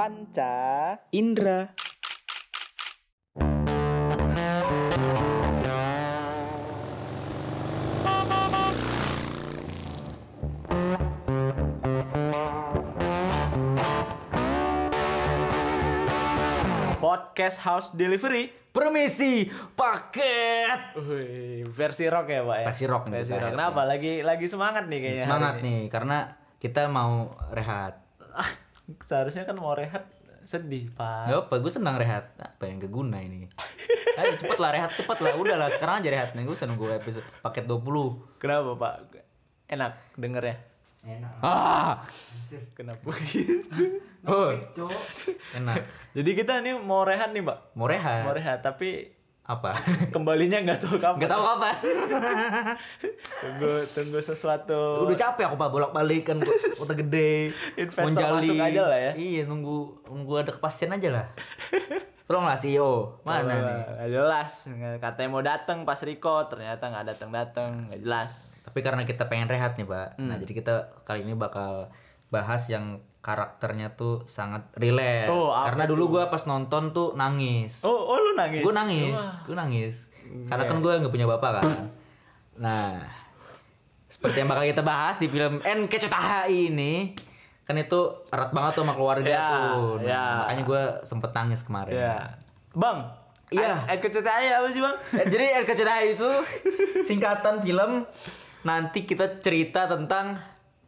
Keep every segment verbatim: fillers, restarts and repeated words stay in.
Panca Indra. Podcast House Delivery. Permisi, paket. Wih, versi rock ya, Pak ya? Versi rock nih Versi kita, rock. ya. Kenapa? Lagi lagi semangat nih kayaknya. Semangat hari ini. nih karena kita mau rehat. Ah, seharusnya kan mau rehat, sedih, Pak. Gak apa, gue senang rehat. Apa yang keguna ini? Ayo cepet lah rehat, cepet lah. Udah lah, sekarang aja rehat nih. Gue seneng gue episode paket dua puluh. Kenapa, Pak? Enak dengernya. Enak. Ah, Kenapa gitu? oh, enak. Jadi kita nih mau rehat nih, Pak. Mau rehat. Mau rehat, tapi Apa? kembalinya nggak tahu kapan. Gak tahu kapan. Tunggu tunggu sesuatu. Udah capek aku pak bolak-balik kan, kota gede. Investor masuk aja lah ya. Iya, nunggu nunggu ada kepastian aja lah. Tolonglah C E O. Mana Coba, nih? nggak jelas. Katanya mau datang pas record, ternyata nggak datang-datang, nggak jelas. Tapi karena kita pengen rehat nih pak, Hmm. nah jadi kita kali ini bakal bahas yang karakternya tuh sangat relate. Oh, apa karena dulu gua pas nonton tuh nangis. Oh, oh lu nangis? Gue nangis, Wah. gue nangis. Karena kan gue nggak punya bapak kan. Nah, seperti yang bakal kita bahas di film N K C T H I ini, kan itu erat banget tuh sama keluarga Ya, tuh. Nah, ya. makanya gue sempet nangis kemarin. Ya. Bang. Iya. N K C T H I apa sih, Bang? Eh, Jadi N K C T H I itu singkatan film. Nanti kita cerita tentang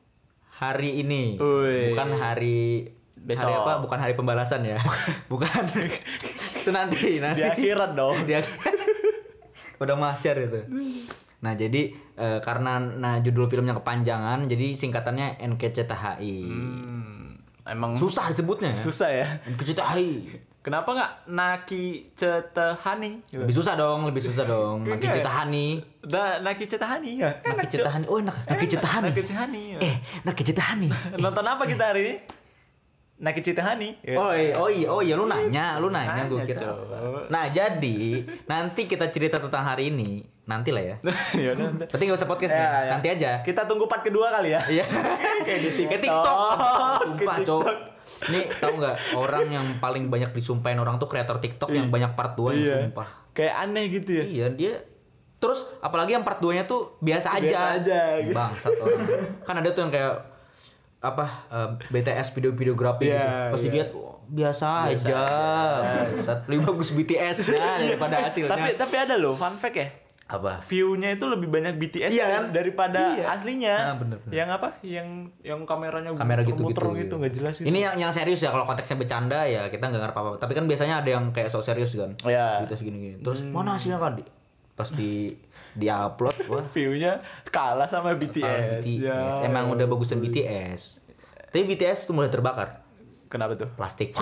hari ini, Ui. bukan hari Besok. Hari apa? Bukan hari pembalasan ya. Bukan. Itu nanti, nanti. Di akhirat dong. Di ak- Udah mahsyar itu. Nah, jadi eh, karena nah judul filmnya kepanjangan, jadi singkatannya N K C T H I. Hmm, emang Susah disebutnya. susah ya. N K C T H I. Kenapa nggak Naki Cetahani? Lebih susah dong, lebih susah dong. Naki Iya. Cetahani. Da, Naki Cetahani ya? Naki Cetahani. Oh, Nak- Naki Cetahani. Naki Cetahani. Eh, Naki Cetahani. Nonton apa kita hari ini? Naki Cetahani. Oh iya, oh iya, oh iya, lu nanya, lu nanya, gue Nanya, kira. Cok. apa. Nah, jadi nanti kita cerita tentang hari ini, nanti lah ya. Ya udah, udah. Berarti nggak usah podcast nih, Ya, ya. nanti aja. Kita tunggu part kedua kali ya. Iya. Kayak di Kayak TikTok. TikTok. Sumpah, Kayak Cok. TikTok. Nih, tahu nggak orang yang paling banyak disumpahin orang tuh kreator TikTok yang banyak part dua yang Iya. sumpah. Kayak aneh gitu ya. Iya, dia terus apalagi yang part dua-nya tuh biasa aja. Biasa aja, gitu. Bangsat orang. Kan ada tuh yang kayak apa eh, B T S video-videografi gitu. Iya, Pas iya. dilihat wah, biasa, Biasa aja. aja. Bangsat. Lebih bagus B T S nah, daripada hasilnya. Tapi tapi ada loh fun fact ya. apa? View-nya itu lebih banyak B T S Iya kan? daripada Iya. aslinya. Nah, bener, bener. Yang apa? Yang yang kameranya Kamera gitu-gitu. muter-muter gitu nggak jelas gitu. Ini yang yang serius ya, kalau konteksnya bercanda ya kita nggak ngerti apa-apa. Tapi kan biasanya ada yang kayak sok serius kan. Iya. Gitu segini-gini. Terus mana hasilnya kan di pas di di-upload wah view-nya kalah sama B T S. Parah, B T S. Ya. Emang udah bagusan B T S. Tapi B T S tuh mulai terbakar. Kenapa tuh? Plastik.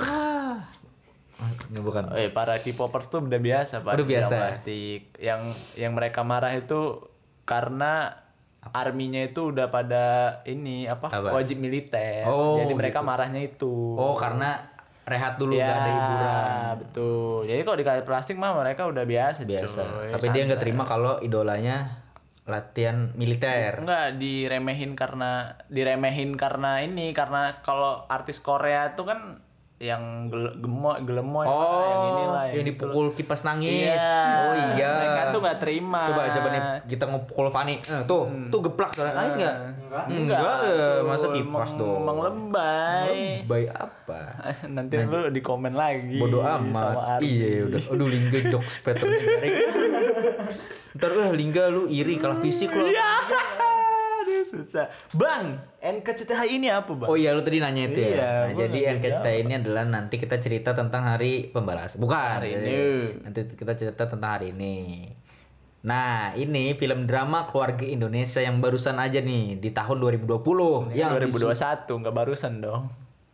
Nggak bukan. Eh para K-popers tuh udah biasa Pak. Udah biasa. Yang plastik. Yang yang mereka marah itu karena arminya itu udah pada ini apa? Apa? Wajib militer. Oh, Jadi mereka gitu. marahnya itu. Oh, karena rehat dulu ya, nggak ada hiburan. betul. Jadi kalau dikasih plastik mah mereka udah biasa. Biasa. cuy. Tapi dia nggak Santai. terima kalau idolanya latihan militer. Enggak diremehin karena diremehin karena ini karena kalau artis Korea tuh kan yang gel- gemoy gelemoy lah, Oh, yang inilah yang itu. dipukul kipas nangis. Iya. Oh iya. Mereka tuh nggak terima. Coba coba nih kita ngepukul Fani. Eh, tuh, tuh geplak soalnya nangis enggak? Enggak. Enggak, eh, masa Tuh, kipas emang- dong. Emang lebay. Lebay apa? Nanti lu di komen lagi. Bodoh sama amat. Ardi. Iya udah. Aduh Lingga jokes patternnya garing. Ntar eh Lingga lu iri kalah fisik lu. Iya. Aduh susah. Bang, N K C T H I ini apa, Bang? Oh iya lu tadi nanya itu ya. Iya, Nah, gua jadi nggak N K C T H I ini adalah nanti kita cerita tentang hari pembalasan. Bukan. Hari Jadi, ini. Nanti kita cerita tentang hari ini. Nah, ini film drama keluarga Indonesia yang barusan aja nih di tahun dua ribu dua puluh. Yang Yang dua ribu dua puluh disu- satu nggak barusan dong.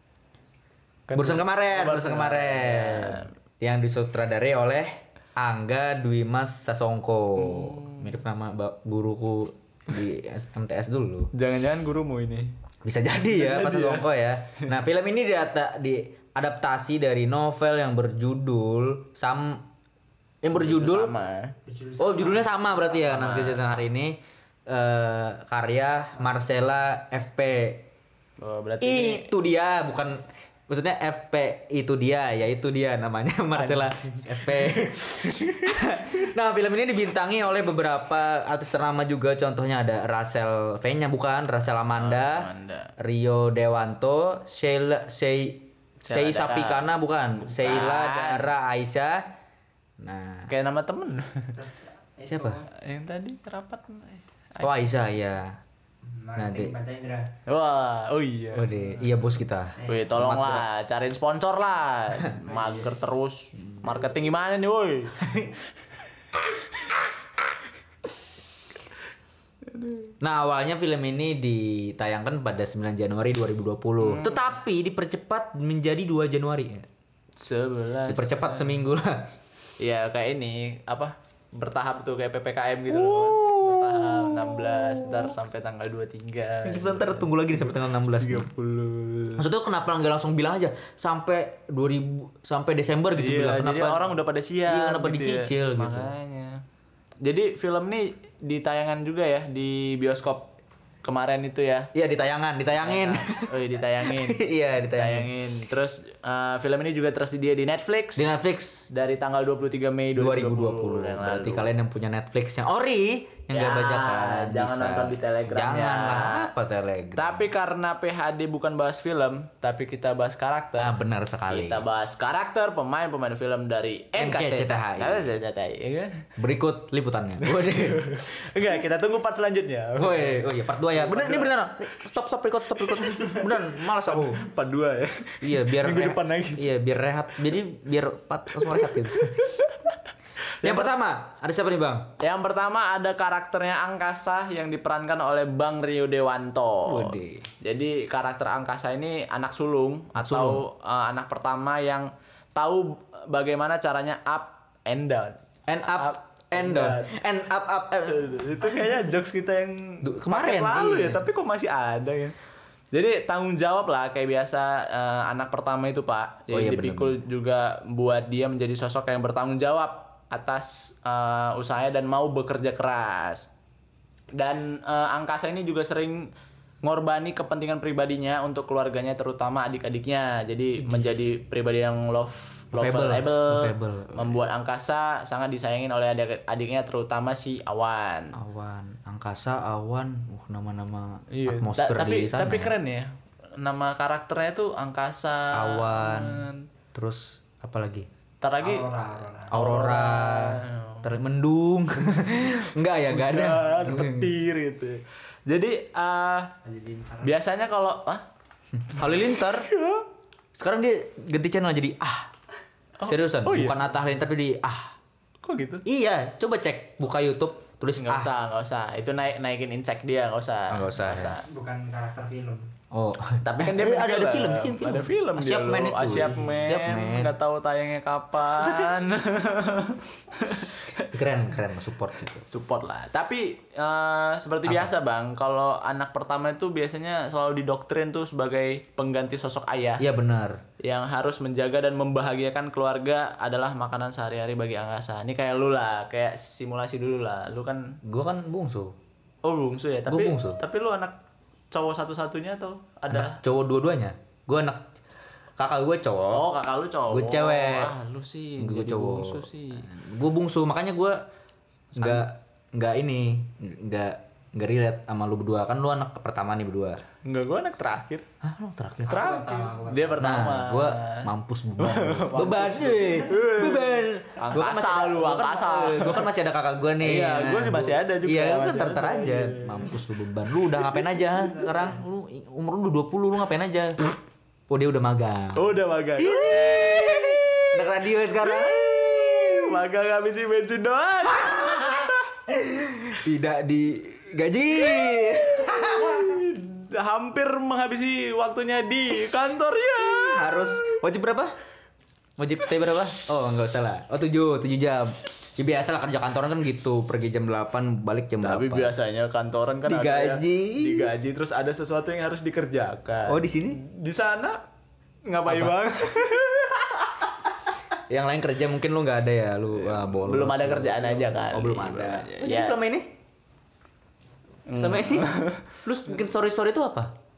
Kan Barusan kemarin, Oh, barusan kemarin. Yang disutradarai oleh Angga Dwi Mas Sasongko. Mirip nama ba- guruku di S- M T S dulu. Jangan-jangan gurumu ini. Bisa jadi ya, Mas jadi ya. Sasongko ya. Nah, film ini diata- diadaptasi dari novel yang berjudul Sam yang berjudul Sama. Oh, judulnya sama berarti ya. Nanti cerita hari ini eh, karya Marcella F P. Oh, berarti ini Itu dia, bukan Maksudnya F P itu dia, ya itu dia namanya Marcella F P. Nah, film ini dibintangi oleh beberapa artis ternama juga, contohnya ada Rachel V-nya bukan, Rachel Amanda, Amanda. Rio Dewanto, Sheila Sei Sei Sheila Dara. Sapikana bukan, Sheila Dara Aisyah. Nah, Kayak nama temen. siapa? Yang tadi rapat. Oh, Aisyah ya. Marketing Panca Indra. Wah, oh iya. Oh, deh, iya bos kita. Wih, tolonglah cariin sponsor lah. Mager terus. Marketing gimana nih, woi? Nah, awalnya film ini ditayangkan pada sembilan Januari dua ribu dua puluh. Hmm. Tetapi dipercepat menjadi dua Januari. Sebelas. Dipercepat seminggu lah. Iya, kayak ini apa? Bertahap tuh kayak P P K M gitu Oh. loh. Bertahap enam belas ntar sampai tanggal dua puluh tiga. Kita ntar tunggu lagi nih sampai tanggal enam belas. tiga puluh. Maksudnya kenapa nggak langsung bilang aja sampai dua ribu sampai Desember gitu bilang. Iya, jadi Kenapa orang udah pada siap. Iya, kenapa gitu dicicil ya. gitu. Makanya. Jadi film ini ditayangan juga ya di bioskop kemarin itu ya. Iya, ditayangan, ditayangin. Oh iya ditayangin. Iya, ditayangin. Ditayangin. Terus uh, film ini juga tersedia di Netflix Di Netflix dari tanggal dua puluh tiga Mei dua dua ribu ribu dua dua puluh puluh. yang Berarti lalu. kalian yang punya Netflix yang ori yang Ya, nggak bajakan jangan bisa. nonton di Telegram ya. Janganlah, apa Telegram. Tapi karena P H D bukan bahas film, tapi kita bahas karakter. Ah, benar sekali. Kita bahas karakter pemain-pemain film dari N N K C T H I. Ya kan? Berikut liputannya. Waduh. Enggak, kita tunggu part selanjutnya. Woi, oh iya part dua ya. Bener ini beneran. Stop stop record stop record. Beneran, malas aku. Part dua ya. Iya, biar Minggu rehat- depan lagi. Iya, biar rehat. Jadi biar pat langsung rehat gitu. Yang pertama, ada siapa nih, Bang? Yang pertama ada karakternya Angkasa yang diperankan oleh Bang Rio Dewanto. Waduh. Jadi karakter Angkasa ini anak sulung atau uh, anak pertama yang tahu bagaimana caranya up and down. End up, Up end and down. down. End up up. up. Itu kayaknya jokes kita yang Du- kemarin, paket lalu iya. ya, tapi kok masih ada ya. Jadi tanggung jawab lah kayak biasa eh, anak pertama itu Pak. Jadi Oh iya, dipikul juga buat dia menjadi sosok yang bertanggung jawab atas eh, usahanya dan mau bekerja keras. Dan eh, Angkasa ini juga sering ngorbani kepentingan pribadinya untuk keluarganya terutama adik-adiknya. Jadi menjadi pribadi yang love Lovable, lovable, lovable. membuat Angkasa sangat disayangin oleh adik-adiknya terutama si Awan. Awan, angkasa, awan, uh nama-nama Iya. atmosfer Ta- tapi di sana. tapi ya. keren ya. Nama karakternya tuh Angkasa. Awan. Terus apa lagi? Ntar lagi Aurora, Aurora. Aurora. Ter mendung. Enggak ya, enggak ada. hujan, petir gitu. Jadi eh, Jadi ntar biasanya kalau ah Halilintar. Sekarang dia ganti channel jadi ah. Seriusan, oh iya? bukan Atta Halilintar tapi di ah. kok gitu? Iya, coba cek buka YouTube tulis Nggak ah. usah, nggak usah. Itu naik naikin insek dia, nggak usah. Oh, nggak usah, bukan karakter film. Oh, Tapi kan dia Eh, main ada ada film, bikin film. Ada film Ah, dia Siap Man loh. itu. Ah, Siap Man. Siap Man. Nggak tahu tayangnya kapan. Keren, keren support gitu. Support lah. Tapi eh, seperti biasa bang, kalau anak pertama itu biasanya selalu didoktrin tuh sebagai pengganti sosok ayah Iya benar. yang harus menjaga dan membahagiakan keluarga adalah makanan sehari-hari bagi Angkasa. Ini kayak lu lah, kayak simulasi dulu lah. Lu kan, Gua kan bungsu. oh bungsu ya. Tapi bungsu. tapi lu anak cowok satu-satunya atau ada? Anak cowok dua-duanya. Gua anak kakak gue cowok. Oh kakak lu cowok. Gue cewek. Ah lu sih. Gue jadi cowok. bungsu sih. Gue bungsu, makanya gue nggak nggak ini nggak nggak relate sama lu berdua, kan lu anak pertama nih berdua. Enggak, gue anak terakhir. Hah, lu terakhir? Terakhir. pertama, Dia pertama. Nah, gue mampus beban. beban sih. Beban. Gua kan Angkasa masih- lu, gua kan- angkasa. Gue kan masih ada kakak gue nih. Iya, gua Nah, masih ada juga, Iya, lu kan masih ter-ter ada, aja. iya. Mampus lu beban. Lu udah ngapain aja sekarang? Lu umur lu dua puluh, lu ngapain aja? Oh, dia udah magang. Oh, udah magang. Anak radio sekarang. Magang ngabisin bensin doang. Tidak digaji. Hampir menghabisi waktunya di kantornya. Harus wajib berapa? Wajib stay berapa? Oh, enggak usah lah. Oh, tujuh, tujuh jam. Ya biasa lah kerja kantoran kan gitu, pergi jam delapan, balik jam Tapi delapan. biasanya kantoran kan ada Digaji. ya, digaji terus ada sesuatu yang harus dikerjakan. Oh, di sini? Di sana ngapain Apa? bang? Yang lain kerja mungkin lu nggak ada ya, lu ah, bolos. Belum ada kerjaan aja kan. Oh, belum ada. Oh, jadi Ya. selama ini? Selama ini? Lu bikin story-story itu apa?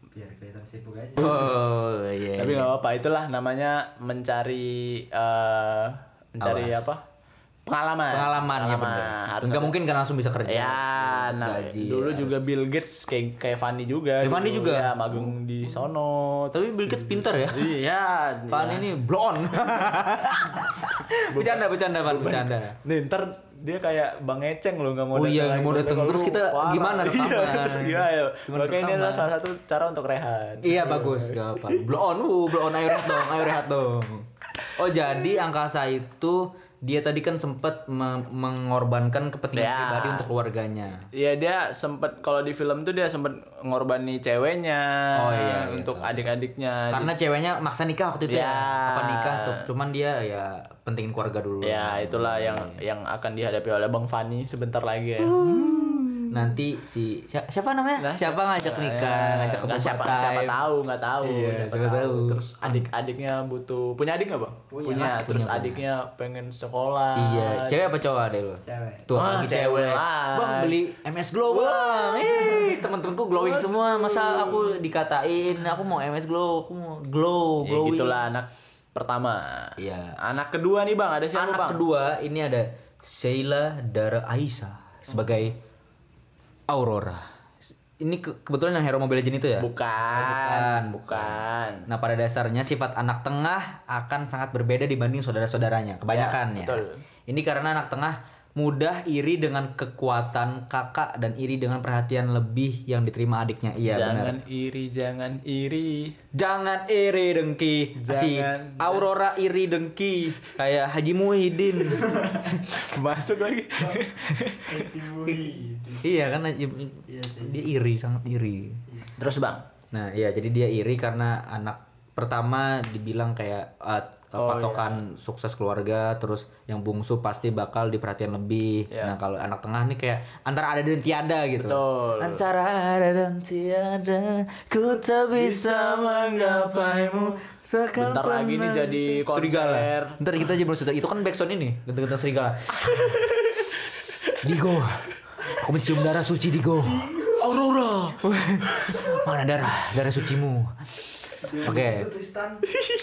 biar kelihatan sibuk aja. Oh iya. Tapi nggak apa-apa, itulah namanya mencari eh mencari apa? Pengalaman. Pengalaman, ya bener. Harus Nggak ada- mungkin kan langsung bisa kerja. Ya, nah Gaji, dulu ya. juga Bill Gates kayak kayak Fanny juga. Kayak Fanny dulu. juga? Ya, magang di sono. Tapi Bill Gates pintar ya. Iya. Fan ini blon. bercanda, bercanda, Fan, bercanda. Nih ntar dia kayak Bang Eceng loh, nggak mau Oh datang iya, lagi. nggak mau datang. Kalau Terus lu kita parah. gimana rekaman? Iya, iya, iya. Gimana Makanya ini rekaman? adalah salah satu cara untuk rehat. Iya bagus, gak apa. Blow on, uh, blow on, ayo rehat dong, ayo rehat dong. Oh jadi angkasa itu dia tadi kan sempat me- mengorbankan kepentingan Ya. pribadi untuk keluarganya. Iya, dia sempet kalau di film tuh dia sempet ngorbanin ceweknya Oh, iya, iya, untuk tahu. adik-adiknya. Karena ceweknya maksa nikah waktu itu ya. Ya. Apa nikah tuh, cuman dia ya pentingin keluarga dulu. Ya itulah yang yang akan dihadapi oleh Bang Fani sebentar lagi ya. Nanti si si- siapa namanya? Nah, siapa ngajak nikah, ngajak ke Nggak, siapa, overtime. siapa tahu nggak tahu Iya, siapa, siapa tahu. Terus adik-adiknya butuh punya adik nggak bang? Punya. Terus Punya, adiknya pengen sekolah. Iya, cewek apa cowok adek lo? Cewek. Tuh, Wah, lagi cewek. Bang beli M S Glow bang. Eh, teman-temanku glowing semua. Masa aku dikatain aku mau M S Glow, aku mau glow, Ya glowing. gitulah anak pertama. Iya. Anak kedua nih bang, ada siapa Anak bang? kedua ini ada Sheila Dara Aisyah sebagai Aurora. Ini ke- kebetulan yang hero Mobile Legends itu ya? Bukan, bukan, bukan. Nah pada dasarnya sifat anak tengah akan sangat berbeda dibanding saudara-saudaranya. Kebanyakan ya. Ya, betul. Ini karena anak tengah mudah iri dengan kekuatan kakak dan iri dengan perhatian lebih yang diterima adiknya. Iya benar. Jangan iri, jangan iri. Jangan iri dengki. Si Jangan. Aurora iri dengki kayak Haji Muhyiddin. Masuk lagi. Iya kan Haji dia iri, sangat iri. Terus bang? Nah, iya jadi dia iri karena anak pertama dibilang kayak uh, Oh, patokan sukses keluarga, terus yang bungsu pasti bakal diperhatikan lebih. Iya. Nah, kalau anak tengah nih kayak antara ada dan tiada gitu. Betul. Antara ada dan tiada, ku tak bisa menggapaimu. takkan Bentar lagi nih pernah jadi bisa- konser. Serigala. Bentar kita aja belum sudah. Itu kan backsound ini, genteng-genteng serigala. Digo, aku mencium darah suci Digo. Aurora. Mana darah, darah sucimu. Oke. Itu Tristan.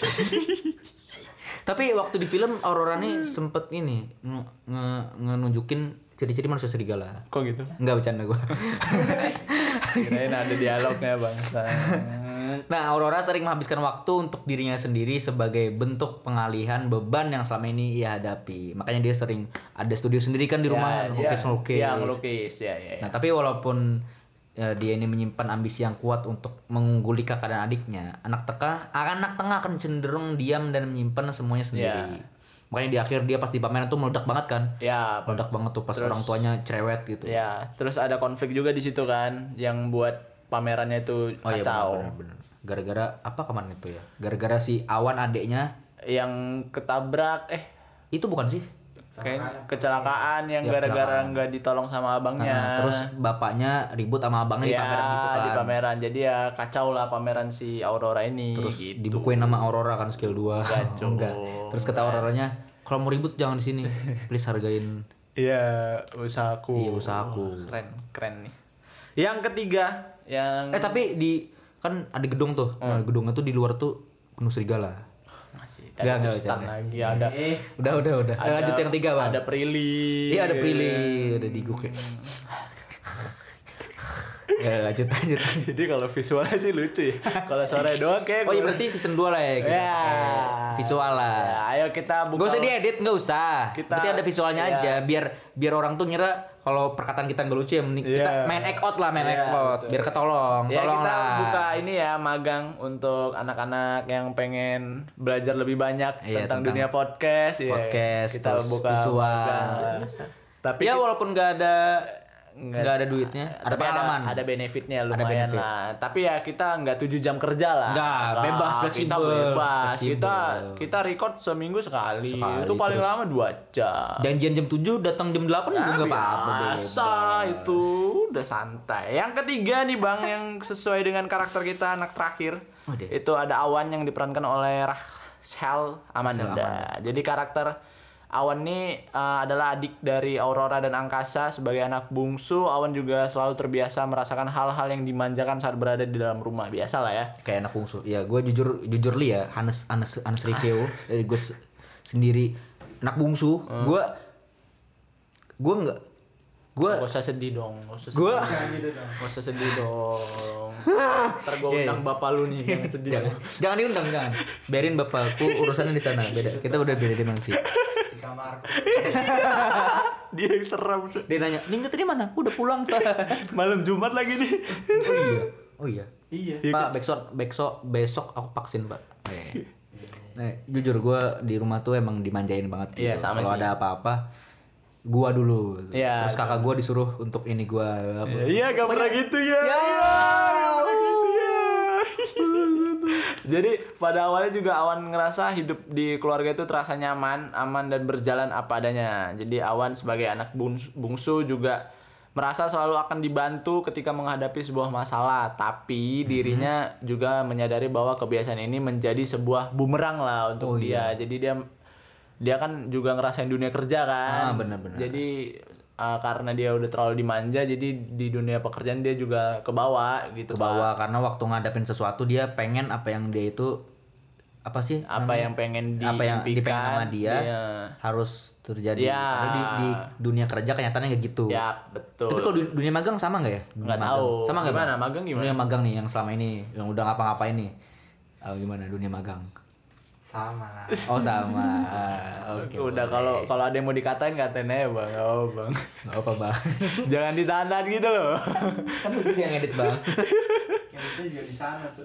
Tapi waktu di film Aurora nih sempet ini nge, nge, ngenunjukin ciri-ciri manusia serigala. Kok gitu? Enggak bercanda gua. Kirain ada dialognya bang. Nah, Aurora sering menghabiskan waktu untuk dirinya sendiri sebagai bentuk pengalihan beban yang selama ini ia hadapi. Makanya dia sering ada studio sendiri kan di rumah ngelukis-ngelukis. Iya, ngelukis ya, ya, ya. Nah, tapi walaupun ya, dia ini menyimpan ambisi yang kuat untuk mengungguli kakak dan adiknya, anak tengah anak tengah akan cenderung diam dan menyimpan semuanya sendiri. Ya. Makanya di akhir dia pas di pameran tuh meledak banget kan. Ya, Meledak banget tuh pas Terus- orang tuanya cerewet gitu. ya. Terus ada konflik juga di situ kan, yang buat pamerannya itu Oh iya kacau. benar-benar. Gara-gara apa kemarin itu ya? Gara-gara si Awan adeknya Yang ketabrak, eh, itu bukan sih? kayak kecelakaan yang Ya, gara-gara kecelakaan. nggak ditolong sama abangnya. Nah, terus bapaknya ribut sama abangnya di ya, pameran gitu kan. di pameran. Jadi ya kacau lah pameran si Aurora ini. Terus gitu. dibukuin nama Aurora kan skill dua. Gacor. Enggak. Terus kata Auroranya, kalau mau ribut jangan di sini. Please hargain. Iya, usahaku. Iya, usahaku. Wah, keren, keren nih. Yang ketiga, yang Eh tapi di kan ada gedung tuh. Nah, gedungnya tuh di luar tuh penuh serigala. masih Nggak, nggak, Tristan bercanda. lagi ada. Udah, udah, udah. ada Lanjut yang ketiga, Bang. Ada Prilly. Iya, ada Prilly, ada Digo kayak. Ya, lanjut, lanjut. Jadi kalau visualnya sih lucu ya. Kalau sore doang kayak Oh iya gua- berarti season dua lah ya kita Ya. pakai visual lah. Ya, ayo kita buka. Gak usah diedit, nggak usah. Kita- Berarti ada visualnya iya. aja, biar biar orang tuh ngira kalau perkataan kita nggak lucu ya, mending kita Iya. main act out lah, main Iya, act out, betul. biar ketolong, Ya tolong kita lah. buka ini ya magang untuk anak-anak yang pengen belajar lebih banyak Iya, tentang, tentang dunia podcast. ya. podcast, Kita terus buka visual. magang. Tapi ya walaupun nggak ada Nggak- nggak ada duitnya, ada tapi pengalaman. ada, ada benefitnya Ada lumayan benefit. lah. Tapi ya kita nggak tujuh jam kerja lah. Nggak, bebas, Kita fleksibel. bebas. Fleksibel. Kita kita record seminggu sekali. Sekali, Itu paling terus. lama dua jam. Janjian jam tujuh, datang jam delapan juga Ya, nggak apa-apa. biasa bebas. itu udah santai. Yang ketiga nih bang, yang sesuai dengan karakter kita anak terakhir, Oh, deh. itu ada Awan yang diperankan oleh Rachel Amanda. Amanda. Jadi karakter Awan ini uh, adalah adik dari Aurora dan Angkasa. Sebagai anak bungsu, Awan juga selalu terbiasa merasakan hal-hal yang dimanjakan saat berada di dalam rumah. Biasa lah ya. Kayak anak bungsu. Ya, gue jujur jujur li ya, Hannes Hannes Hannes Rikeo dari gue s- sendiri anak bungsu. Gue gue nggak gue Gak usah sedih dong. Gak usah sedih. gue Jangan gitu dong. Gak usah sedih dong. Ntar gue Iya, undang iya. bapak lu nih. Jangan sedih. jangan, jangan diundang jangan. Biarin bapakku urusannya di sana. Beda. Kita udah beda dimensi. Di kamar. Dia yang serem. Dia nanya, "Minggu tadi mana? Udah pulang, Pak." Malam Jumat lagi nih. Oh iya. Oh iya. Iya. Pak, besok besok besok aku vaksin, Pak. Nah, jujur gue di rumah tuh emang dimanjain banget gitu. Iya, sama Kalau sih. ada apa-apa, gua dulu. Iya, Terus kakak gua disuruh untuk ini gua. apa. Iya, gak pernah gitu ya. Ya. Iya, gak pernah gitu ya. Jadi pada awalnya juga Awan ngerasa hidup di keluarga itu terasa nyaman, aman dan berjalan apa adanya. Jadi Awan sebagai anak bungs- bungsu juga merasa selalu akan dibantu ketika menghadapi sebuah masalah. Tapi dirinya juga menyadari bahwa kebiasaan ini menjadi sebuah bumerang lah untuk Oh, dia. Jadi dia dia kan juga ngerasain dunia kerja kan. Ah, benar-benar. Jadi uh, karena dia udah terlalu dimanja, jadi di dunia pekerjaan dia juga ke bawah gitu. Ke bawah karena waktu ngadapin sesuatu dia pengen apa yang dia itu apa sih? Apa namanya? yang pengen apa yang dipengen diimpikan, sama dia iya. harus terjadi. Ya. Padahal di, di dunia kerja kenyataannya kayak gitu. Ya, betul. Tapi kalau du- dunia magang sama nggak ya? Dunia Nggak magang. tahu. Sama nggak? Gimana? Bang? Magang gimana? Dunia magang nih yang selama ini yang udah ngapa-ngapain nih. Oh, gimana dunia magang? Sama lah. Oh sama. Oke. Udah kalau kalau ada yang mau dikatain katain aja bang, oh bang. Nggak apa bang. Jangan ditahan gitu loh. Kan lu juga yang edit bang. Yang itu juga di sana, Cuk.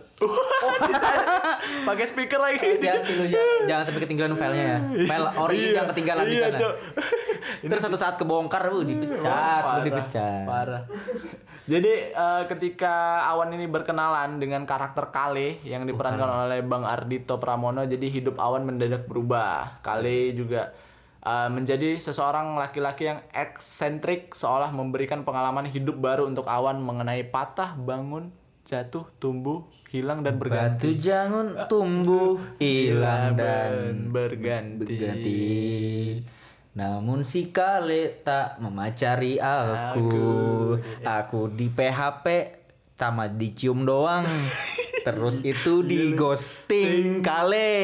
Pakai speaker lagi. Hati-hati lu jangan, jangan sampai ketinggalan filenya ya. File ori Iya, jangan ketinggalan di iya, sana. Cok. Terus suatu saat kebongkar lu dipecat, lu Parah, dipecat. Parah. Jadi eh, ketika Awan ini berkenalan dengan karakter Kale yang diperankan oleh Bang Ardhito Pramono, jadi hidup Awan mendadak berubah. Kale juga eh, menjadi seseorang laki-laki yang eksentrik, seolah memberikan pengalaman hidup baru untuk Awan mengenai patah, bangun, jatuh, tumbuh, hilang dan berganti. Batu jangan tumbuh, hilang dan berganti. berganti. Namun si Kale tak memacari aku. Aku di P H P sama dicium doang. Terus itu di ghosting Kale.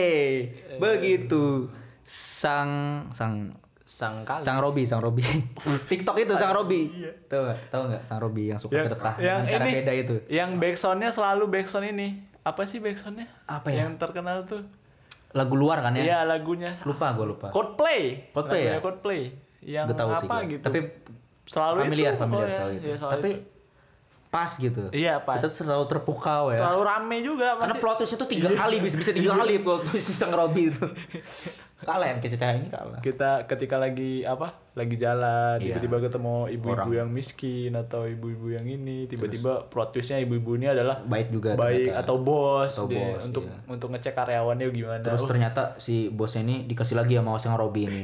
Begitu. Sang sang Sang Kale. Sang Robi, Sang Robi. TikTok itu Sang Robi. Tahu enggak? Tahu enggak Sang Robi yang suka sedekah yang dengan cara ini, beda itu? Yang backsoundnya selalu backsound ini. Apa sih backsoundnya? Apa ya? Yang terkenal tuh. Lagu luar kan ya? Iya lagunya. Lupa gue lupa. Coldplay. Coldplay Lagunya ya? Coldplay. Yang Gak tahu sih apa gua. gitu. Tapi selalu familiar itu. familiar Oh, soal iya, itu. iya, soal Tapi itu. pas gitu. Iya pas. Kita selalu terpukau ya. Terlalu rame juga. Karena masih- plot twist itu tiga kali bisa bisa tiga kali plot twist si Sang Robi itu. Kalah yang kita ini kalah. Kita ketika lagi apa? Lagi jalan, Iya. tiba-tiba ketemu ibu-ibu Orang. yang miskin atau ibu-ibu yang ini, tiba-tiba plot twistnya ibu-ibu ini adalah Baik juga baik ternyata. atau bos, Atau dia- bos, untuk iya. untuk ngecek karyawannya gimana. Terus Oh, ternyata si bosnya ini dikasih lagi sama Sang Robi ini.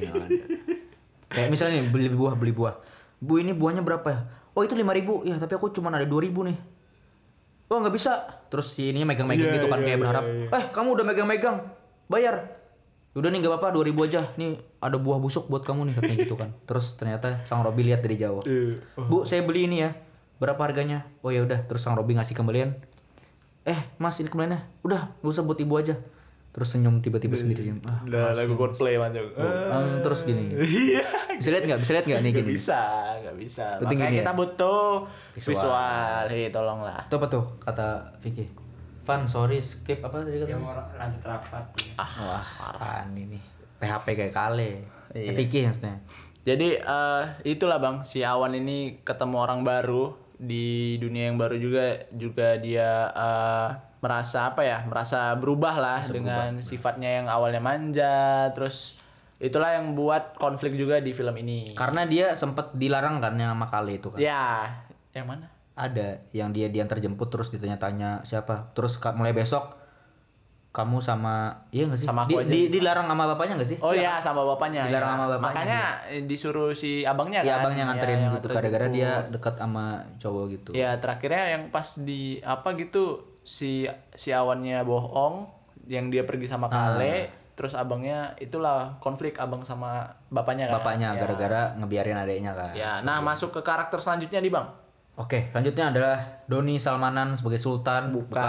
Kayak misalnya nih beli buah beli buah. Bu ini buahnya berapa ya? Oh itu lima ribu. Ya tapi aku cuma ada dua ribu nih. Oh nggak bisa. Terus si ini megang-megang Iya, gitu kan iya, kayak iya, berharap. iya. Eh kamu udah megang-megang. Bayar. Udah nih nggak apa-apa dua ribu aja. Nih ada buah busuk buat kamu nih katanya gitu kan. Terus ternyata Sang Robi lihat dari jauh. iya. Bu saya beli ini ya. Berapa harganya? Oh ya udah. Terus Sang Robi ngasih kembalian. Eh mas ini kembaliannya. Udah nggak usah buat ibu aja. Terus senyum tiba-tiba sendiri senyum. Ah, Lah, lagu Coldplay macam. em, terus gini. Iya. Bisa lihat nggak? Bisa lihat nggak nih Gak gini? bisa, gak bisa. Penting Makanya gini kita ya? butuh Visual. visual. Hei, tolonglah. Itu apa tuh kata Vicky? Van sorry skip apa tadi Dia katanya? mau lanjut rapat. Ya. Wah, Van ini P H P kayak kale. Iya. Eh, Vicky maksudnya. Jadi eh, itulah bang, si Awan ini ketemu orang baru di dunia yang baru juga, juga dia eh, merasa apa ya, merasa berubah lah dengan sifatnya yang awalnya manja, terus itulah yang buat konflik juga di film ini. Karena dia sempat dilarang kan yang sama kale itu kan. Ya, yang mana? Ada yang dia diantar jemput terus ditanya-tanya siapa. Terus ka- mulai besok kamu sama iya nggak sih? Sama Di- aku aja. di- dilarang sama bapaknya nggak sih? Oh iya, sama bapaknya. Dilarang ya. sama bapaknya. Makanya disuruh si abangnya kan. Iya abangnya nganterin Ya, yang gitu nganterin gara-gara jemput. dia dekat sama cowok gitu. Ya terakhirnya yang pas di apa gitu si si Awannya bohong yang dia pergi sama Kale terus abangnya itulah konflik abang sama bapaknya kan. Bapaknya Ya. gara-gara ngebiarin adiknya kan. Ya, nah masuk ke karakter selanjutnya nih bang. Oke, selanjutnya adalah Doni Salmanan sebagai Sultan.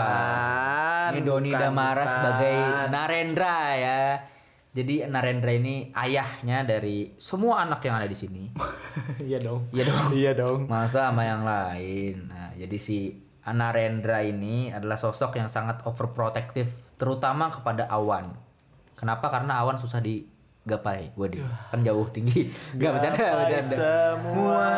Bukan. Ini Doni bukan, Damara bukan. sebagai Narendra ya. Jadi Narendra ini ayahnya dari semua anak yang ada di sini. Iya dong. Iya dong. Iya dong. Masa sama yang lain. Nah, jadi si Narendra ini adalah sosok yang sangat overprotective, terutama kepada Awan. Kenapa? Karena Awan susah digapai. Waduh, kan jauh tinggi. Gak bercanda, Gapai bercanda. semua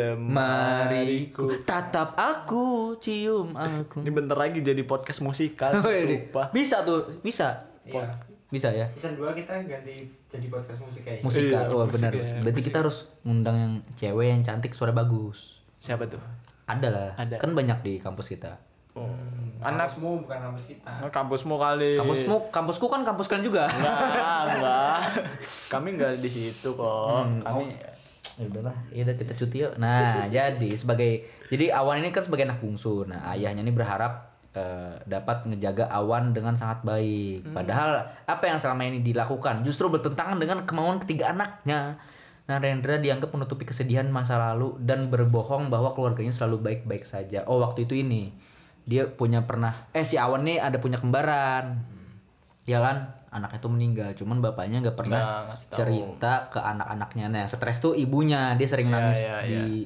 jemariku. Tatap aku, cium aku. Ini bentar lagi jadi podcast musikal. Sumpah. Bisa tuh, bisa. Iya. Bisa ya. Season dua kita ganti jadi podcast musik kayaknya. Musikal. Iya, Oh, musik benar. ya, Berarti musik kita harus ngundang yang cewek yang cantik, suara bagus. Siapa tuh? Ada lah. Ada. Kan banyak di kampus kita. Oh. Anak Anak semua bukan kampus kita. kampusmu kali. Kampusmu, kampusku kan kampus kalian juga. Enggak, enggak. Kami enggak di situ kok. Hmm, Kami Ya udahlah, ya udah kita cuti yuk. Nah, jadi sebagai jadi Awan ini kan sebagai anak bungsu. Nah, ayahnya ini berharap eh, dapat ngejaga Awan dengan sangat baik. Padahal apa yang selama ini dilakukan justru bertentangan dengan kemauan ketiga anaknya. Narendra dianggap menutupi kesedihan masa lalu dan berbohong bahwa keluarganya selalu baik-baik saja. Oh, waktu itu ini dia punya pernah eh si Awan nih ada punya kembaran. Ya kan? Anaknya tuh meninggal, cuman bapaknya nggak pernah Nggak ngasih tahu. cerita ke anak-anaknya. Nah, yang stres tuh ibunya, dia sering Ya, nangis ya, di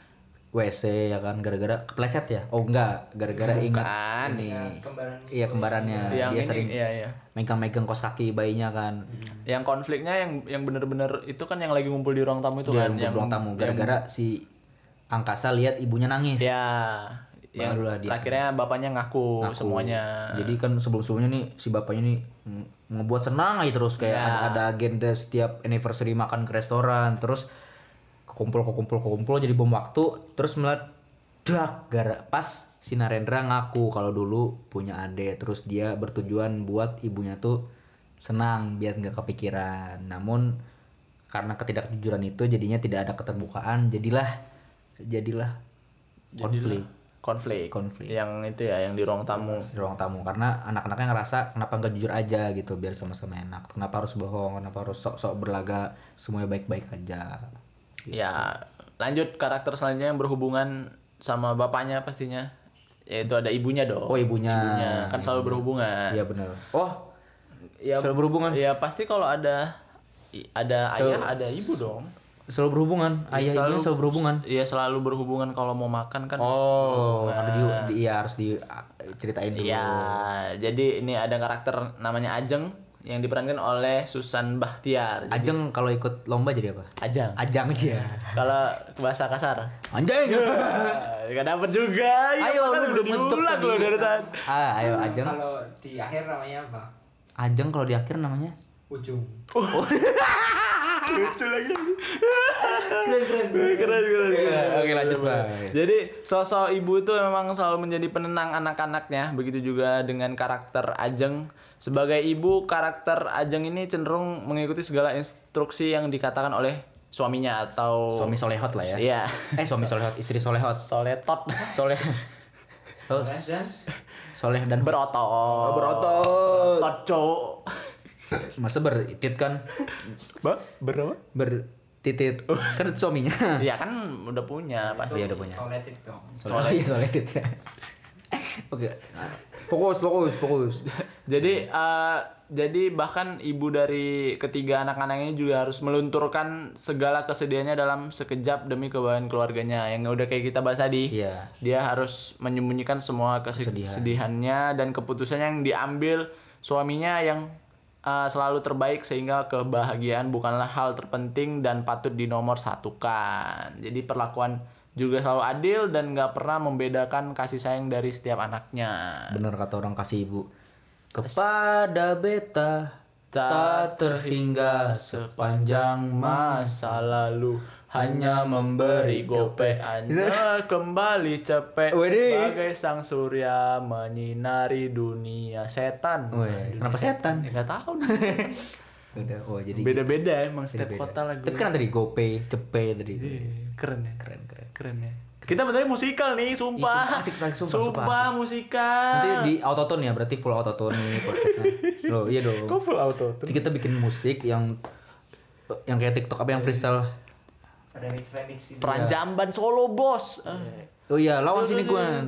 W C ya kan gara-gara kepleset ya. Oh enggak, gara-gara ingat Bukan. ini. Ya, kembaran Iya, kembarannya. yang dia ini, sering iya iya. megang-megang kos kaki bayinya kan. Yang konfliknya yang yang bener-bener itu kan yang lagi ngumpul di ruang tamu itu Dia kan, ngumpul yang ruang tamu gara-gara si Angkasa lihat ibunya nangis. ya yang Barulah dia- terakhirnya bapaknya ngaku, Ngaku. semuanya. Jadi kan sebelum-sebelumnya nih si bapaknya nih ng- ngebuat senang aja terus kayak Ya. ada, ada agenda setiap anniversary makan ke restoran, terus kekumpul kekumpul kekumpul jadi bom waktu, terus meledak gara pas si Narendra ngaku kalau dulu punya adik, terus dia bertujuan buat ibunya tuh senang biar nggak kepikiran. Namun karena ketidakjujuran itu jadinya tidak ada keterbukaan, jadilah jadilah konflik. konflik. Konflik. Yang itu ya yang di ruang tamu. Di ruang tamu karena anak-anaknya ngerasa kenapa nggak jujur aja gitu biar sama-sama enak, kenapa harus bohong, kenapa harus sok-sok berlaga semuanya baik-baik aja. Ya, lanjut karakter selanjutnya yang berhubungan sama bapaknya pastinya. Yaitu ada ibunya dong. Oh, ibunya. Ibunya kan selalu berhubungan. Iya benar. Oh, Ya, selalu berhubungan. Ya pasti kalau ada i- ada Selalu- ayah, ada ibu dong. Selalu berhubungan, ayah ibunya selalu berhubungan. Iya, selalu berhubungan kalau mau makan kan. Oh, berhubungan. ada di, di iya harus diceritain dulu. Iya, jadi ini ada karakter namanya Ajeng yang diperankan oleh Susan Bahtiar. Jadi- Ajeng kalau ikut lomba jadi apa? Ajang. Ajang aja. Kalau bahasa kasar. Anjing. Gak dapet juga. Ayo, kan lu udah belum mentok diulang loh dari tadi. Ah, ayo Ajeng. Kalau di akhir namanya apa? Ajeng kalau di akhir namanya Ujung. Lucu lagi. Keren keren. Keren, keren. Oke, lanjut, Bang. Jadi sosok ibu itu memang selalu menjadi penenang anak-anaknya. Begitu juga dengan karakter Ajeng. Sebagai ibu, karakter Ajeng ini cenderung mengikuti segala instruksi yang dikatakan oleh suaminya atau suami solehot lah ya. Iya. Eh, suami solehot, istri solehot. Soletot. Soleh. Sol- Dan soleh dan Berotot. berotot. Otot, cowok. Masa bertitit kan? Ba? Berapa? Bertitit. Kan itu suaminya. Iya kan udah punya pasti. Iya, udah punya. Soletit dong. Soleh, iya, soleh tit ya. Oke. Fokus, fokus, fokus. Jadi eh, jadi bahkan ibu dari ketiga anak-anaknya juga harus melunturkan segala kesedihannya dalam sekejap demi kebaikan keluarganya. Yang udah kayak kita bahas tadi. Iya. Dia harus menyembunyikan semua kesedihannya dan keputusan yang diambil suaminya yang uh, selalu terbaik sehingga kebahagiaan bukanlah hal terpenting dan patut dinomor satukan. Jadi perlakuan juga selalu adil dan nggak pernah membedakan kasih sayang dari setiap anaknya. Bener kata orang kasih ibu. Kepada beta tak terhingga sepanjang masa lalu hanya memberi gope Anda kembali cepet Widih. bagai sang surya menyinari dunia setan. Weh, kenapa setan? Nggak tahu nih. Udah, oh jadi Beda-beda emang setiap beda-beda. kota lagu. Tapi kan tadi gope, cepe tadi. Keren ya, Keren, keren. keren ya. Kita benernya musikal nih, sumpah. Ih, sumpah, asik, asik, sumpah, sumpah, sumpah, asik. musikal. Nanti di autotune ya, berarti full autotune nih podcastnya. Loh, iya dong. Kok full auto? Nanti kita bikin musik yang yang kayak TikTok apa yang freestyle. Remix remix gitu. Peran jamban solo, Bos. Oh iya, lawan sini gua.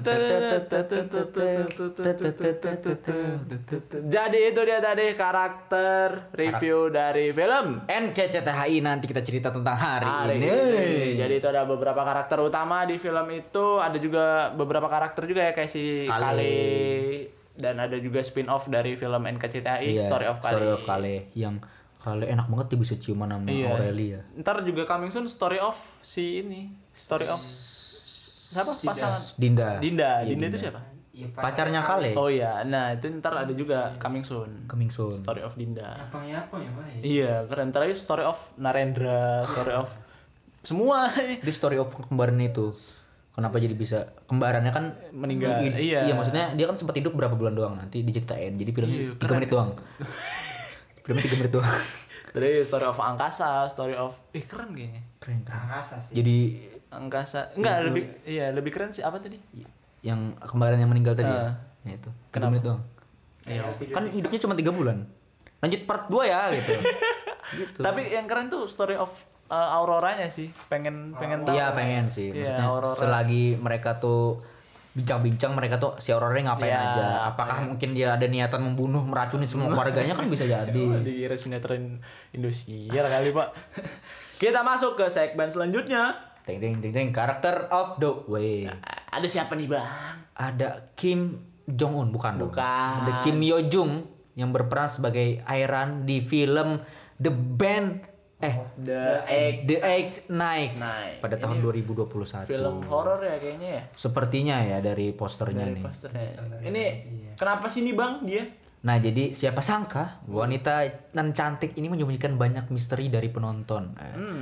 Jadi itu dia tadi karakter review dari film N K C T H I, nanti kita cerita tentang hari, hari ini. ini. Jadi itu ada beberapa karakter utama di film itu, ada juga beberapa karakter juga ya kayak si Kale. Kale, dan ada juga spin-off dari film N K C T H I, Iya, Story of Kale. Story of Kale yang Kale enak banget dia bisa ciuman sama Iya. Aurelia. Ntar juga coming soon Story of si ini, Story of siapa pasangan? Dinda. Dinda. Iya, Dinda itu siapa? Iya, Pacarnya Kale. Oh iya, nah itu ntar ada juga coming soon. Coming soon. Story of Dinda. Abangnya apa ya, Pak? Iya, keren. Ntar lagi Story of Narendra, Story of semua. Di story of kembaran itu. Kenapa jadi bisa kembarannya kan Meninggal. i- Iya. Iya, maksudnya dia kan sempat hidup berapa bulan doang, nanti diceritain. Jadi filmnya Iya, tiga keren menit ya. doang. Filmnya tiga menit doang. Dari Story of Angkasa, Story of eh keren kayaknya. Keren keren. Angkasa sih. Jadi Angkasa. Enggak, lebih iya, lebih keren sih apa tadi? yang kembaran yang meninggal tadi Ah. ya, ya itu. tiga Kenapa? menit doang. Iya, Kan hidupnya cuma tiga bulan. Lanjut part dua ya gitu. Gitu. Tapi yang keren tuh Story of uh, Auroranya sih. Pengen pengen tahu. Iya pengen sih. Iya, Maksudnya Aurora. selagi mereka tuh bincang-bincang mereka tuh si Aurora ngapain Iya, aja. Apakah mungkin dia ada niatan membunuh, meracuni semua keluarganya kan bisa jadi. Wah, dikira sinetron Indosiar kali, Pak. Kita masuk ke segmen selanjutnya. Ting ting ting ting karakter of the way. Ada siapa nih, Bang? Ada Kim Jong Un bukan dong. Bukan. Ada Kim Yo Jung yang berperan sebagai Iran di film The Band eh The Egg The Eighth Night Night. pada tahun dua ribu dua puluh satu. Film horor ya kayaknya ya. Sepertinya ya dari posternya Dari nih. posternya. Ini kenapa sih nih, Bang, dia? Nah jadi siapa sangka wanita nan cantik ini menyembunyikan banyak misteri dari penonton. Eh, Hmm.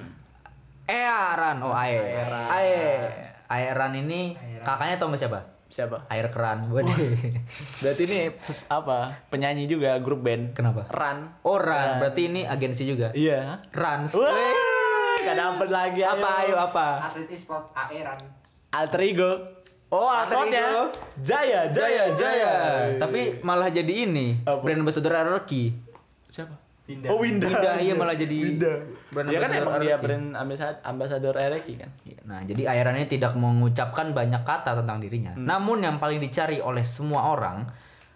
Airan, oh Ae, Airan. Ae, Airan ini kakaknya tau nggak siapa? Siapa? Air keran, waduh. Berarti ini pes- apa? Penyanyi juga, grup band. Kenapa? Ran. Oh Ran, berarti ini agensi juga. Iya. Rans. Wah, gak dapet lagi. Apa ayo apa? Atlet e-sport Aeran. Alter ego. Oh, alter Passwordnya ego. Jaya, Jaya Jaya. Tapi malah jadi ini Apa? brand ambassador Araki. Siapa? Winda. Oh, Winda. Winda iya malah jadi Winda. brand Dia kan ambassador emang dia Araki. brand ambassador, ambassador Ereki kan. Nah, jadi Airan ini tidak mengucapkan banyak kata tentang dirinya. Hmm. Namun yang paling dicari oleh semua orang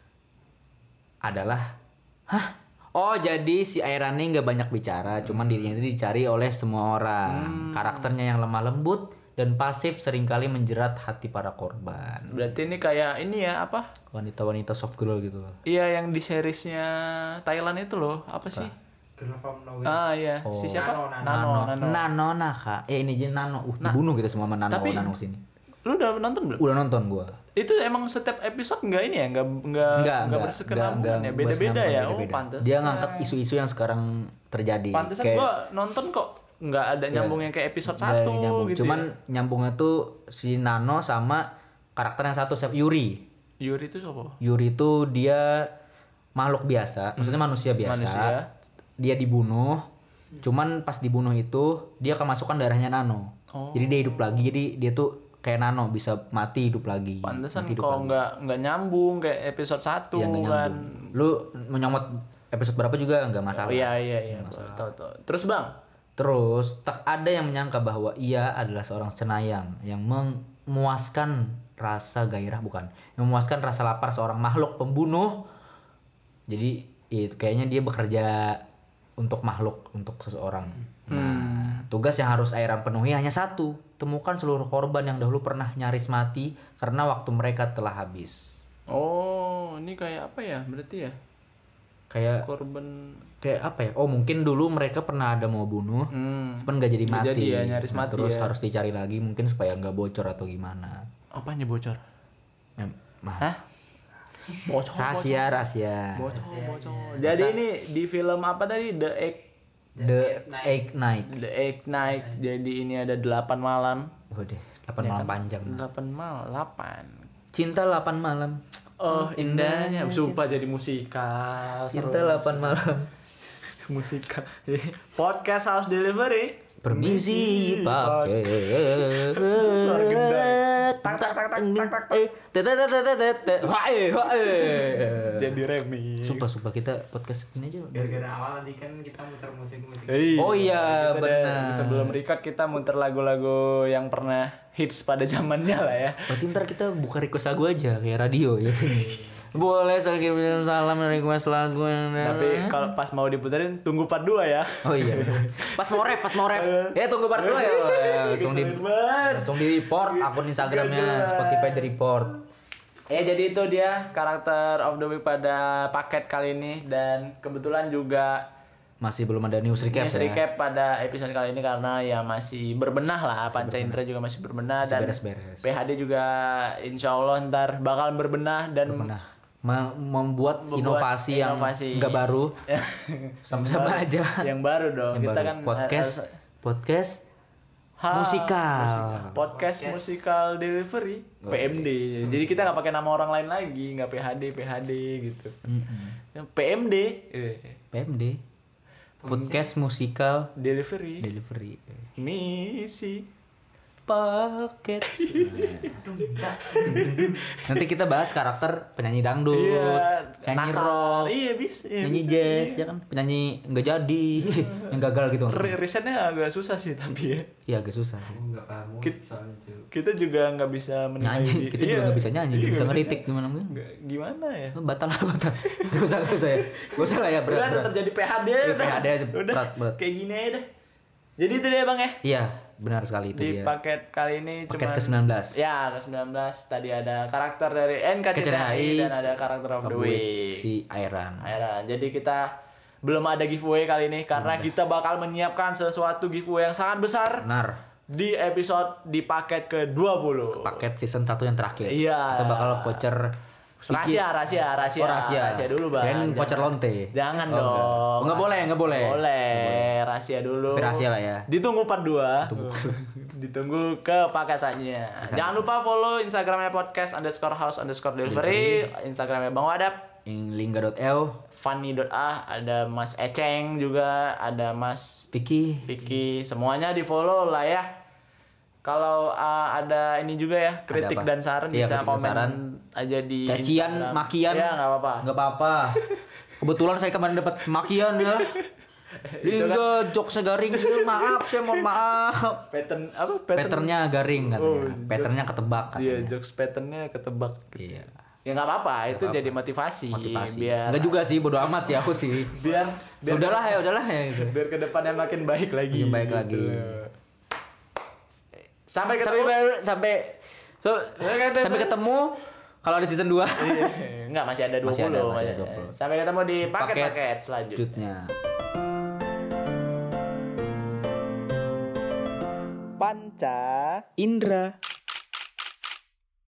adalah, hah? Oh, jadi si Airan ini nggak banyak bicara, cuman dirinya itu dicari oleh semua orang. Hmm. Karakternya yang lemah lembut dan pasif seringkali menjerat hati para korban. Berarti ini kayak ini ya apa? Wanita-wanita soft girl gitu loh. Iya yang di seriesnya Thailand itu loh. Apa sih? Girl from Nowhere. Ah iya, Oh. si siapa? Nano, Nano, Nano. Nano Naka. Eh ini jadi Nano. Uh, dibunuh kita semua sama Nano tapi- Nano sini. Lu udah nonton belum? Udah nonton gua. Itu emang setiap episode enggak ini ya? Enggak enggak Enggak, enggak, bersekenambungan ya? Beda-beda ya? Oh, pantesan. Dia ngangkat isu-isu yang sekarang terjadi. Pantesan Kayak- gua nonton kok enggak ada nyambungnya kayak episode Nggak satu nyambung. gitu. Cuman ya. nyambungnya tuh si Nano sama karakter yang satu, siapa? Yuri. Yuri itu siapa? Yuri itu dia makhluk biasa, maksudnya manusia biasa. Manusia. Dia dibunuh. Cuman pas dibunuh itu dia kemasukan darahnya Nano. Oh. Jadi dia hidup lagi. Jadi dia tuh kayak Nano bisa mati hidup lagi. Pantesan mati hidup kok lagi. enggak enggak nyambung kayak episode satu Iya, nggak kan. nyambung. Lu menyomot episode berapa juga nggak masalah. Oh iya iya iya. Tahu tahu. Terus Bang, Terus tak ada yang menyangka bahwa ia adalah seorang cenayang yang memuaskan rasa gairah bukan, yang memuaskan rasa lapar seorang makhluk pembunuh. Jadi itu kayaknya dia bekerja untuk makhluk, untuk seseorang. Nah, tugas yang harus Airan penuhi hanya satu, temukan seluruh korban yang dahulu pernah nyaris mati karena waktu mereka telah habis. oh ini kayak apa ya? Berarti ya Kayak korban. kayak apa ya? Oh mungkin dulu mereka pernah ada mau bunuh, Hmm. cuman nggak jadi Nggak mati. jadi ya, nyaris Nah, mati terus ya. harus dicari lagi mungkin supaya nggak bocor atau gimana. Apanya bocor? Ya, mah. Hah? Bocor. Rahasia, rahasia. Bocor, bocor. Jadi ini di film apa tadi? The Egg The Eight Night. The Egg Night. Jadi ini ada delapan malam. Waduh, delapan malam panjang. Delapan malam, delapan. Cinta delapan malam. Oh, indahnya. Sumpah jadi musikal. Cinta Seru. delapan malam. Musikal. Podcast House Delivery. Permisi pakai Suara gendang. Tak tak tak tak tak tak. eh tete tete tete tete wae wae. Jadi remix. Sumpah sumpah kita podcast ini aja. Gara-gara awal nanti kan kita muter musik-musik. Oh iya, kita benar. ada- Sebelum record kita muter lagu-lagu yang pernah hits pada zamannya lah ya. Berarti ntar kita buka request lagu aja kayak radio ya. Boleh saya kirim salam request lagu yang Tapi kalau pas mau diputerin tunggu part dua ya. Oh iya. Pas mau rap, pas mau rap. Ya tunggu part dua ya. Langsung di langsung di report akun Instagramnya Spotify di report. Ya jadi itu dia karakter of the week pada paket kali ini dan kebetulan juga Masih belum ada news recap news ya. recap pada episode kali ini karena ya masih berbenah lah. Panca Indra juga masih berbenah Masih dan beres-beres. P H D juga insya Allah ntar bakal berbenah dan Nah, mem- membuat, Membuat inovasi, yang inovasi. enggak baru. Sama-sama aja. yang baru dong. Yang Kita baru. kan podcast harus- podcast Ha, musikal. musika- podcast musical delivery P M D. Jadi kita nggak pakai nama orang lain lagi, nggak P H D P H D gitu. Mm-mm. P M D eh, P M D. Podcast musikal delivery delivery. misi. Paket. Nanti kita bahas karakter penyanyi dangdut, Iya, penyanyi nasar. rock, Iya bisa. Iya, penyanyi bisa, jazz, iya. ya kan? Penyanyi nggak jadi, yang gagal gitu. Ri- Risetnya agak susah sih tapi ya. Iya agak susah sih. Aku nggak paham musik soalnya cuy. Kita juga nggak bisa menilai. Nyanyi, kita juga Iya. nggak bisa nyanyi, Iya, nggak bisa nggak ngeritik gimana gimana. Nggak- Gimana ya? Batal lah batal. Gak usah gak usah ya. Gak usah lah ya berat. Udah berat. tetap jadi P H D Iya, udah. P H D aja, Udah. berat, berat. Kayak gini aja deh. Jadi itu dia Bang ya. Iya benar sekali itu Di dia. paket kali ini Paket cuma ke sembilan belas. Ya, ke sembilan belas tadi ada karakter dari N K C T H I dan ada karakter of the week. Si Airan. Airan. Jadi kita belum ada giveaway kali ini karena kita bakal menyiapkan sesuatu giveaway yang sangat besar Benar. di episode di paket ke dua puluh. Paket season satu yang terakhir. Iya. Kita bakal voucher Rahasia, rahasia, rahasia. Oh, rahasia. dulu, Bang. Kirain voucher Jangan- lonte. Jangan Oh, dong. enggak. Enggak boleh, enggak boleh. Boleh. Rahasia dulu. Tapi rahasia lah ya. Ditunggu part dua. Ditunggu ke paketannya. Jangan lupa follow Instagramnya podcast underscore house underscore delivery. Instagramnya Bang Wadap. Lingga.l Fanny.a. Ada Mas Eceng juga. Ada Mas Vicky. Vicky. Semuanya di follow lah ya. Kalau uh, ada ini juga ya kritik apa? dan saran Iya, bisa kritik dan komen saran. aja di Cacian, Instagram. makian. Ya nggak apa-apa. Enggak apa-apa. Kebetulan saya kemarin dapat makian ya. Lingga jokesnya garing. Maaf, saya mohon maaf. Pattern apa? Patternnya garing katanya. Oh, Patternnya jokes- ketebak Iya, katanya. jokes patternnya ketebak. Iya. Ya nggak apa-apa, itu apa-apa. jadi motivasi. Motivasi. Biar Enggak juga sih, bodo amat sih aku sih. biar Ya biar udahlah ya, udahlah ya gitu. biar ke depannya makin baik lagi. Makin baik gitu. lagi. Sampai Sampai ketemu. sampai so, Sampai ketemu. sampai ketemu kalau ada season dua. Iya, Enggak, masih ada dua puluh. Masih ada, masih ada dua puluh. Sampai ketemu di Paket paket-paket selanjutnya. Selanjutnya. Panca Indra